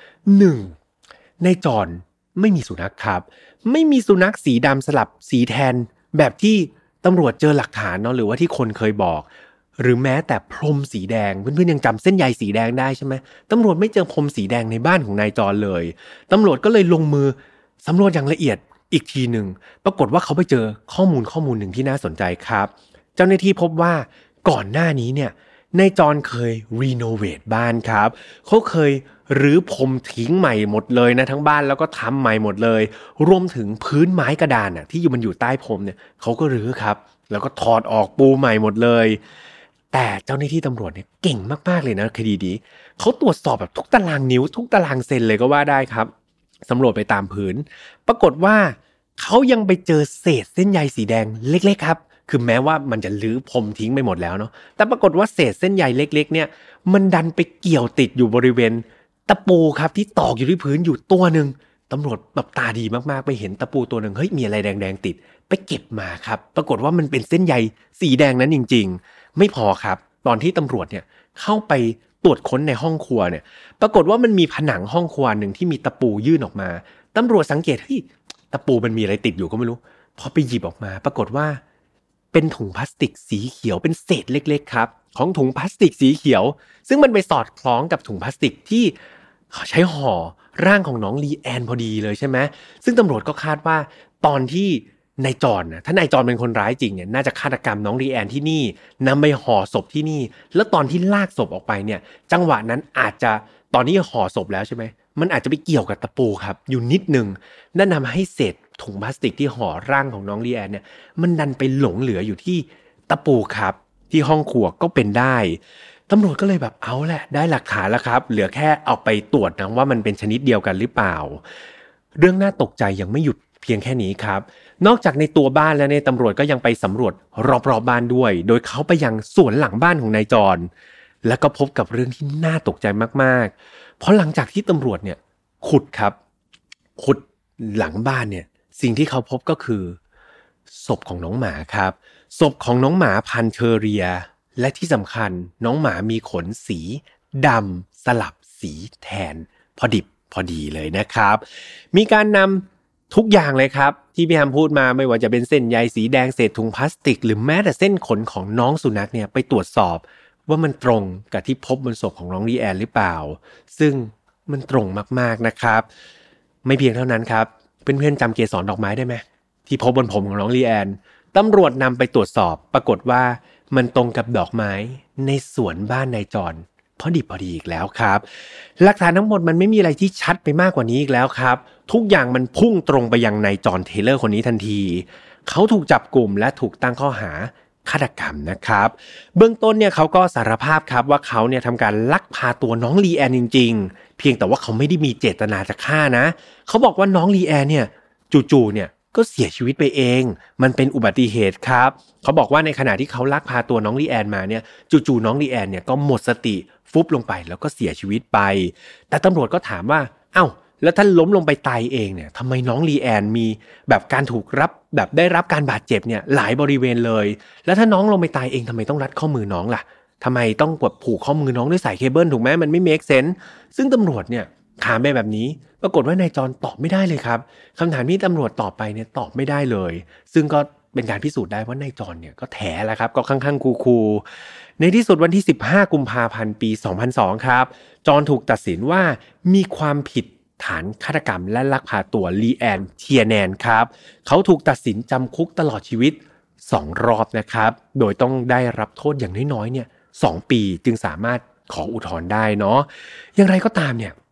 1. นายจอห์นไม่มีสุนัขครับไม่มีสุนัขสีดำสลับสีแทนแบบที่ตำรวจเจอหลักฐานเนาะหรือว่าที่คนเคยบอกหรือแม้แต่พรมสีแดงเพื่อนๆยังจำเส้นใยสีแดงได้ใช่ไหมตำรวจไม่เจอพรมสีแดงในบ้านของนายจอห์นเลยตำรวจก็เลยลงมือสำรวจอย่างละเอียดอีกทีหนึ่งปรากฏว่าเขาไปเจอข้อมูลหนึ่งที่น่าสนใจครับเจ้าหน้าที่พบว่าก่อนหน้านี้เนี่ยนายจอห์นเคยรีโนเวทบ้านครับเขาเคยรื้อพรมทิ้งใหม่หมดเลยนะทั้งบ้านแล้วก็ทำใหม่หมดเลยรวมถึงพื้นไม้กระดานน่ะที่มันอยู่ใต้พรมเนี่ยเขาก็รื้อครับแล้วก็ถอดออกปูใหม่หมดเลยแต่เจ้าหน้าที่ตำรวจเนี่ยเก่งมากๆเลยนะคดีนี้เขาตรวจสอบแบบทุกตารางนิ้วทุกตารางเซนเลยก็ว่าได้ครับสำรวจไปตามพื้นปรากฏว่าเขายังไปเจอเศษเส้นใยสีแดงเล็กๆครับคือแม้ว่ามันจะลื้อพรมทิ้งไปหมดแล้วเนาะแต่ปรากฏว่าเศษเส้นใยเล็กๆเนี่ยมันดันไปเกี่ยวติดอยู่บริเวณตะปูครับที่ตอกอยู่ที่พื้นอยู่ตัวนึงตำรวจแบบตาดีมากๆไปเห็นตะปูตัวนึงเฮ้ยมีอะไรแดงๆติดไปเก็บมาครับปรากฏว่ามันเป็นเส้นใยสีแดงนั้นจริงๆไม่พอครับตอนที่ตำรวจเนี่ยเข้าไปตรวจค้นในห้องครัวเนี่ยปรากฏว่ามันมีผนังห้องครัวนึงที่มีตะปูยื่นออกมาตำรวจสังเกตเฮ้ยตะปูมันมีอะไรติดอยู่ก็ไม่รู้พอไปหยิบออกมาปรากฏว่าเป็นถุงพลาสติกสีเขียวเป็นเศษเล็กๆครับของถุงพลาสติกสีเขียวซึ่งมันไปสอดคล้องกับถุงพลาสติกที่ใช้ห่อร่างของน้องลีแอนพอดีเลยใช่ไหมซึ่งตำรวจก็คาดว่าตอนที่นายจอนนะถ้านายจอนเป็นคนร้ายจริงเนี่ยน่าจะฆาตกรรมน้องลีแอนที่นี่นำไปห่อศพที่นี่แล้วตอนที่ลากศพออกไปเนี่ยจังหวะนั้นอาจจะตอนที่ห่อศพแล้วใช่ไหมมันอาจจะไปเกี่ยวกับตะปูครับอยู่นิดนึงนั่นทำให้เศษถุงพลาสติกที่ห่อร่างของน้องลีแอนเนี่ยมันดันไปหลงเหลืออยู่ที่ตะปูครับที่ห้องครัวก็เป็นได้ตำรวจก็เลยแบบเอาแหละได้หลักฐานแล้วครับเหลือแค่เอาไปตรวจนะว่ามันเป็นชนิดเดียวกันหรือเปล่าเรื่องน่าตกใจยังไม่หยุดเพียงแค่นี้ครับนอกจากในตัวบ้านแล้วเนี่ยตำรวจก็ยังไปสำรวจรอบๆบ้านด้วยโดยเขาไปยังสวนหลังบ้านของนายจอนแล้วก็พบกับเรื่องที่น่าตกใจมากๆเพราะหลังจากที่ตำรวจเนี่ยขุดหลังบ้านเนี่ยสิ่งที่เขาพบก็คือศพของน้องหมาครับศพของน้องหมาพันธุ์เทอเรียและที่สำคัญน้องหมามีขนสีดำสลับสีแทนพอดิบพอดีเลยนะครับมีการนำทุกอย่างเลยครับที่พี่แฮมพูดมาไม่ว่าจะเป็นเส้นใยสีแดงเศษถุงพลาสติกหรือแม้แต่เส้นขนของน้องสุนัขเนี่ยไปตรวจสอบว่ามันตรงกับที่พบบนศพของน้องลีแอนหรือเปล่าซึ่งมันตรงมากๆนะครับไม่เพียงเท่านั้นครับเพื่อนๆจำเกสรดอกไม้ได้ไหมที่พบบนผมของน้องลีแอนตำรวจนำไปตรวจสอบปรากฏว่ามันตรงกับดอกไม้ในสวนบ้านนายจอนพอดีอีกแล้วครับหลักฐานทั้งหมดมันไม่มีอะไรที่ชัดไปมากกว่านี้อีกแล้วครับทุกอย่างมันพุ่งตรงไปยังนายจอนเทเลอร์คนนี้ทันทีเขาถูกจับกลุ่มและถูกตั้งข้อหาฆาตกรรมนะครับเบื้องต้นเนี่ยเขาก็สารภาพครับว่าเขาเนี่ยทำการลักพาตัวน้องลีแอนจริงๆเพียงแต่ว่าเขาไม่ได้มีเจตนาจะฆ่านะเขาบอกว่าน้องลีแอนเนี่ยจู่ๆเนี่ยก็เสียชีวิตไปเองมันเป็นอุบัติเหตุครับเขาบอกว่าในขณะที่เขาลักพาตัวน้องลีแอนมาเนี่ยจู่ๆน้องลีแอนเนี่ยก็หมดสติฟุบลงไปแล้วก็เสียชีวิตไปแต่ตำรวจก็ถามว่าเอ้าแล้วท่านล้มลงไปตายเองเนี่ยทำไมน้องลีแอนมีแบบการถูกแบบได้รับการบาดเจ็บเนี่ยหลายบริเวณเลยแล้วถ้าน้องลงไปตายเองทำไมต้องรัดข้อมือน้องล่ะทำไมต้องกดผูกข้อมือน้องด้วยสายเคเบิลถูกไหมมันไม่เมคเซนส์ซึ่งตำรวจเนี่ยถามไปแบบนี้ปรากฏว่านายจอนตอบไม่ได้เลยครับคำถามที่ตำรวจตอบไปเนี่ยตอบไม่ได้เลยซึ่งก็เป็นการพิสูจน์ได้ว่านายจอนเนี่ยก็แถแล้วครับก็ข้างๆคูๆในที่สุดวันที่15กุมภาพันธ์ปี2002ครับจอนถูกตัดสินว่ามีความผิดฐานฆาตกรรมและลักพาตัวลีแอนเทียแนนครับเขาถูกตัดสินจำคุกตลอดชีวิต2 รอบนะครับโดยต้องได้รับโทษอย่างน้อยๆเนี่ย2 ปีจึงสามารถขออุทธรณ์ได้เนาะอย่างไรก็ตามเนี่ย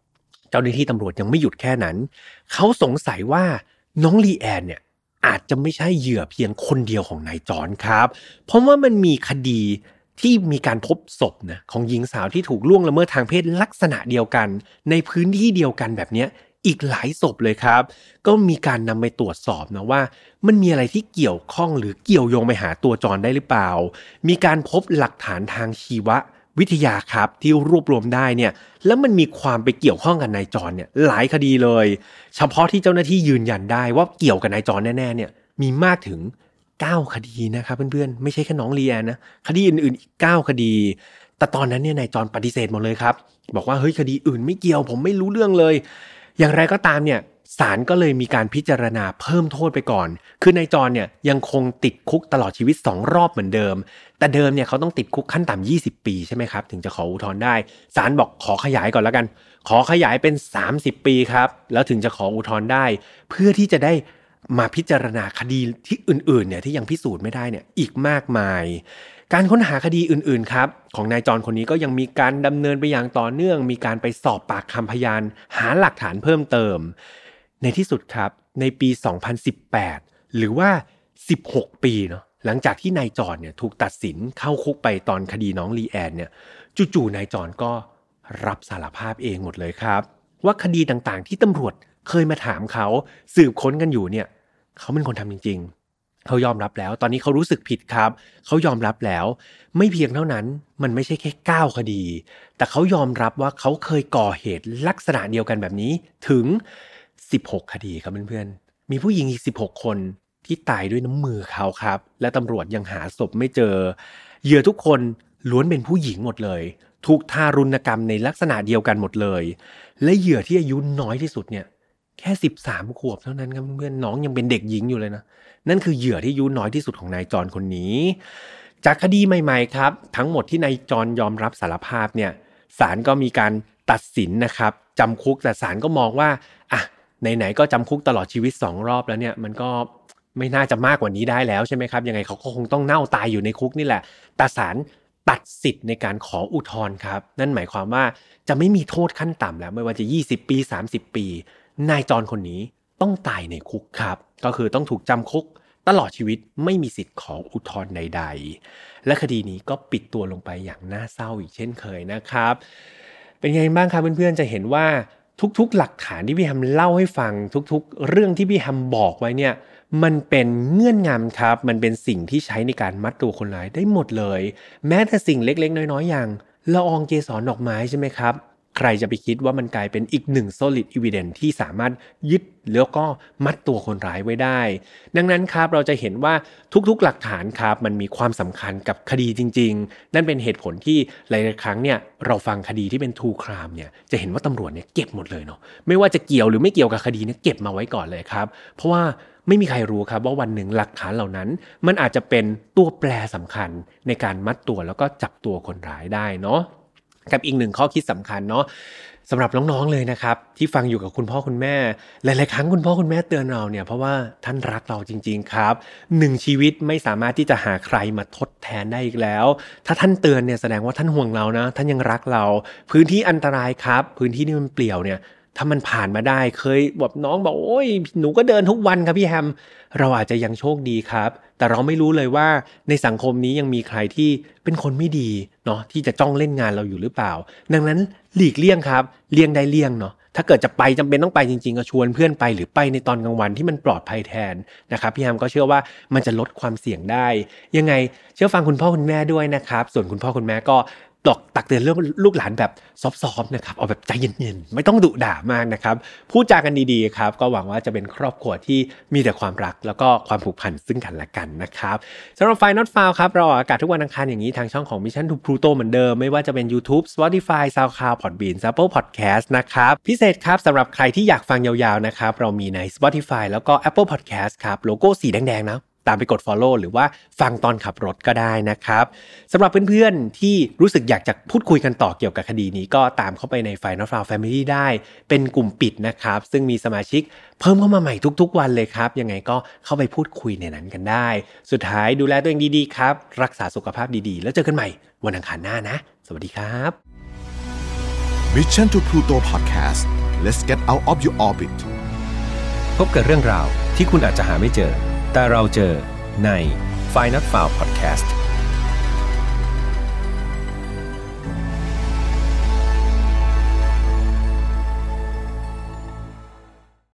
เจ้าหน้าที่ตำรวจยังไม่หยุดแค่นั้นเขาสงสัยว่าน้องลีแอนเนี่ยอาจจะไม่ใช่เหยื่อเพียงคนเดียวของนายจอนครับเพราะว่ามันมีคดีที่มีการพบศพนะของหญิงสาวที่ถูกล่วงละเมิดทางเพศลักษณะเดียวกันในพื้นที่เดียวกันแบบนี้อีกหลายศพเลยครับก็มีการนำไปตรวจสอบนะว่ามันมีอะไรที่เกี่ยวข้องหรือเกี่ยวโยงไปหาตัวจอนได้หรือเปล่ามีการพบหลักฐานทางชีววิทยาครับที่รวบรวมได้เนี่ยแล้วมันมีความไปเกี่ยวข้องกับนายจอนเนี่ยหลายคดีเลยเฉพาะที่เจ้าหน้าที่ยืนยันได้ว่าเกี่ยวกับนายจอนแน่ๆเนี่ยมีมากถึง9 คดีนะครับเพื่อนๆไม่ใช่แค่น้องลีแอนนะคดีอื่นๆอีก9 คดีแต่ตอนนั้นเนี่ยนายจอนปฏิเสธหมดเลยครับบอกว่าเฮ้ยคดีอื่นไม่เกี่ยวผมไม่รู้เรื่องเลยอย่างไรก็ตามเนี่ยศาลก็เลยมีการพิจารณาเพิ่มโทษไปก่อนคือนายจอนเนี่ยยังคงติดคุกตลอดชีวิต2 รอบเหมือนเดิมแต่เดิมเนี่ยเขาต้องติดคุกขั้นต่ำ20 ปีใช่ไหมครับถึงจะขออุทธรณ์ได้ศาลบอกขอขยายก่อนแล้วกันขอขยายเป็น30 ปีครับแล้วถึงจะขออุทธรณ์ได้เพื่อที่จะได้มาพิจารณาคดีที่อื่นๆเนี่ยที่ยังพิสูจน์ไม่ได้เนี่ยอีกมากมายการค้นหาคดีอื่นๆครับของนายจอนคนนี้ก็ยังมีการดำเนินไปอย่างต่อเนื่องมีการไปสอบปากคำพยานหาหลักฐานเพิ่มเติมในที่สุดครับในปี2018หรือว่า16 ปีเนาะหลังจากที่นายจอนเนี่ยถูกตัดสินเข้าคุกไปตอนคดีน้องลีแอนเนี่ยจู่ๆนายจอนก็รับสารภาพเองหมดเลยครับว่าคดีต่างๆที่ตำรวจเคยมาถามเขาสืบค้นกันอยู่เนี่ยเขาเป็นคนทำจริงๆเขายอมรับแล้วตอนนี้เขารู้สึกผิดครับเขายอมรับแล้วไม่เพียงเท่านั้นมันไม่ใช่แค่9 คดีแต่เขายอมรับว่าเขาเคยก่อเหตุลักษณะเดียวกันแบบนี้ถึง16 คดีครับเพื่อนๆมีผู้หญิงอีก16 คนที่ตายด้วยน้ำมือเขาครับและตำรวจยังหาศพไม่เจอเหยื่อทุกคนล้วนเป็นผู้หญิงหมดเลยถูกทารุณกรรมในลักษณะเดียวกันหมดเลยและเหยื่อที่อายุน้อยที่สุดเนี่ยแค่13 ขวบเท่านั้นครับเพื่อนๆน้องยังเป็นเด็กหญิงอยู่เลยนะนั่นคือเหยื่อที่อายุน้อยที่สุดของนายจอนคนนี้จากคดีใหม่ๆครับทั้งหมดที่นายจอนยอมรับสารภาพเนี่ยศาลก็มีการตัดสินนะครับจำคุกแต่ศาลก็มองว่าอ่ะไหนๆก็จำคุกตลอดชีวิต2 รอบแล้วเนี่ยมันก็ไม่น่าจะมากกว่านี้ได้แล้วใช่ไหมครับยังไงเขาก็คงต้องเน่าตายอยู่ในคุกนี่แหละแต่ศาลตัดสิทธิ์ในการขออุทธรณ์ครับนั่นหมายความว่าจะไม่มีโทษขั้นต่ำแล้วไม่ว่าจะ20 ปี30 ปีนายจอนคนนี้ต้องตายในคุกครับก็คือต้องถูกจำคุกตลอดชีวิตไม่มีสิทธิ์ขออุทธรณ์ใดๆและคดีนี้ก็ปิดตัวลงไปอย่างน่าเศร้าอีกเช่นเคยนะครับเป็นไงบ้างครับเพื่อนๆจะเห็นว่าทุกๆหลักฐานที่พี่แฮมเล่าให้ฟังทุกๆเรื่องที่พี่แฮมบอกไว้เนี่ยมันเป็นเงื่อนงำครับมันเป็นสิ่งที่ใช้ในการมัดตัวคนร้ายได้หมดเลยแม้แต่สิ่งเล็กๆน้อยๆอย่างละอองเกสรดอกไม้ใช่ไหมครับใครจะไปคิดว่ามันกลายเป็นอีกหนึ่ง solid evidence ที่สามารถยึดแล้วก็มัดตัวคนร้ายไว้ได้ดังนั้นครับเราจะเห็นว่าทุกๆหลักฐานครับมันมีความสำคัญกับคดีจริงๆนั่นเป็นเหตุผลที่หลายๆครั้งเนี่ยเราฟังคดีที่เป็น true crime เนี่ยจะเห็นว่าตำรวจเนี่ยเก็บหมดเลยเนาะไม่ว่าจะเกี่ยวหรือไม่เกี่ยวกับคดีเนี่ยเก็บมาไว้ก่อนเลยครับเพราะว่าไม่มีใครรู้ครับว่าวันหนึ่งหลักฐานเหล่านั้นมันอาจจะเป็นตัวแปรสำคัญในการมัดตัวแล้วก็จับตัวคนร้ายได้เนาะกับอีกหนึ่งข้อคิดสำคัญเนาะสำหรับน้องๆเลยนะครับที่ฟังอยู่กับคุณพ่อคุณแม่หลายๆครั้งคุณพ่อคุณแม่เตือนเราเนี่ยเพราะว่าท่านรักเราจริงๆครับ1 ชีวิตไม่สามารถที่จะหาใครมาทดแทนได้อีกแล้วถ้าท่านเตือนเนี่ยแสดงว่าท่านห่วงเรานะท่านยังรักเราพื้นที่อันตรายครับพื้นที่ที่มันเปลี่ยวเนี่ยถ้ามันผ่านมาได้เคยแบบน้องบอกโอ้ยหนูก็เดินทุกวันครับพี่แฮมเราอาจจะยังโชคดีครับแต่เราไม่รู้เลยว่าในสังคมนี้ยังมีใครที่เป็นคนไม่ดีเนาะที่จะจ้องเล่นงานเราอยู่หรือเปล่าดังนั้นหลีกเลี่ยงครับเลี่ยงได้เลี่ยงเนาะถ้าเกิดจะไปจำเป็นต้องไปจริงๆก็ชวนเพื่อนไปหรือไปในตอนกลางวันที่มันปลอดภัยแทนนะครับพี่แฮมก็เชื่อว่ามันจะลดความเสี่ยงได้ยังไงเชื่อฟังคุณพ่อคุณแม่ด้วยนะครับส่วนคุณพ่อคุณแม่ก็ตักเตือนเรื่องลูกหลานแบบซอฟๆนะครับเอาแบบใจเย็นๆไม่ต้องดุด่ามากนะครับพูดจากันดีๆครับก็หวังว่าจะเป็นครอบครัวที่มีแต่ความรักแล้วก็ความผูกพันซึ่งกันและกันนะครับสำหรับ File Not Found ครับเราออกอากาศทุกวันอังคารอย่างนี้ทางช่องของ Mission to Pluto เหมือนเดิมไม่ว่าจะเป็น YouTube Spotify SoundCloud Podbean Apple Podcast นะครับพิเศษครับสำหรับใครที่อยากฟังยาวๆนะครับเรามีใน Spotify แล้วก็ Apple Podcast ครับโลโก้สีแดงๆนะตามไปกด follow หรือว่าฟังตอนขับรถก็ได้นะครับสำหรับเพื่อนๆที่รู้สึกอยากจะพูดคุยกันต่อเกี่ยวกับคดีนี้ก็ตามเข้าไปใน File Not Found Family ได้เป็นกลุ่มปิดนะครับซึ่งมีสมาชิกเพิ่มเข้ามาใหม่ทุกๆวันเลยครับยังไงก็เข้าไปพูดคุยในนั้นกันได้สุดท้ายดูแลตัวเองดีๆครับรักษาสุขภาพดีๆแล้วเจอกันใหม่วันอังคารหน้านะสวัสดีครับ Mission to Pluto Podcast Let's get out of your orbit พบกับเรื่องราวที่คุณอาจจะหาไม่เจอแต่เราเจอใน Find Not Found Podcast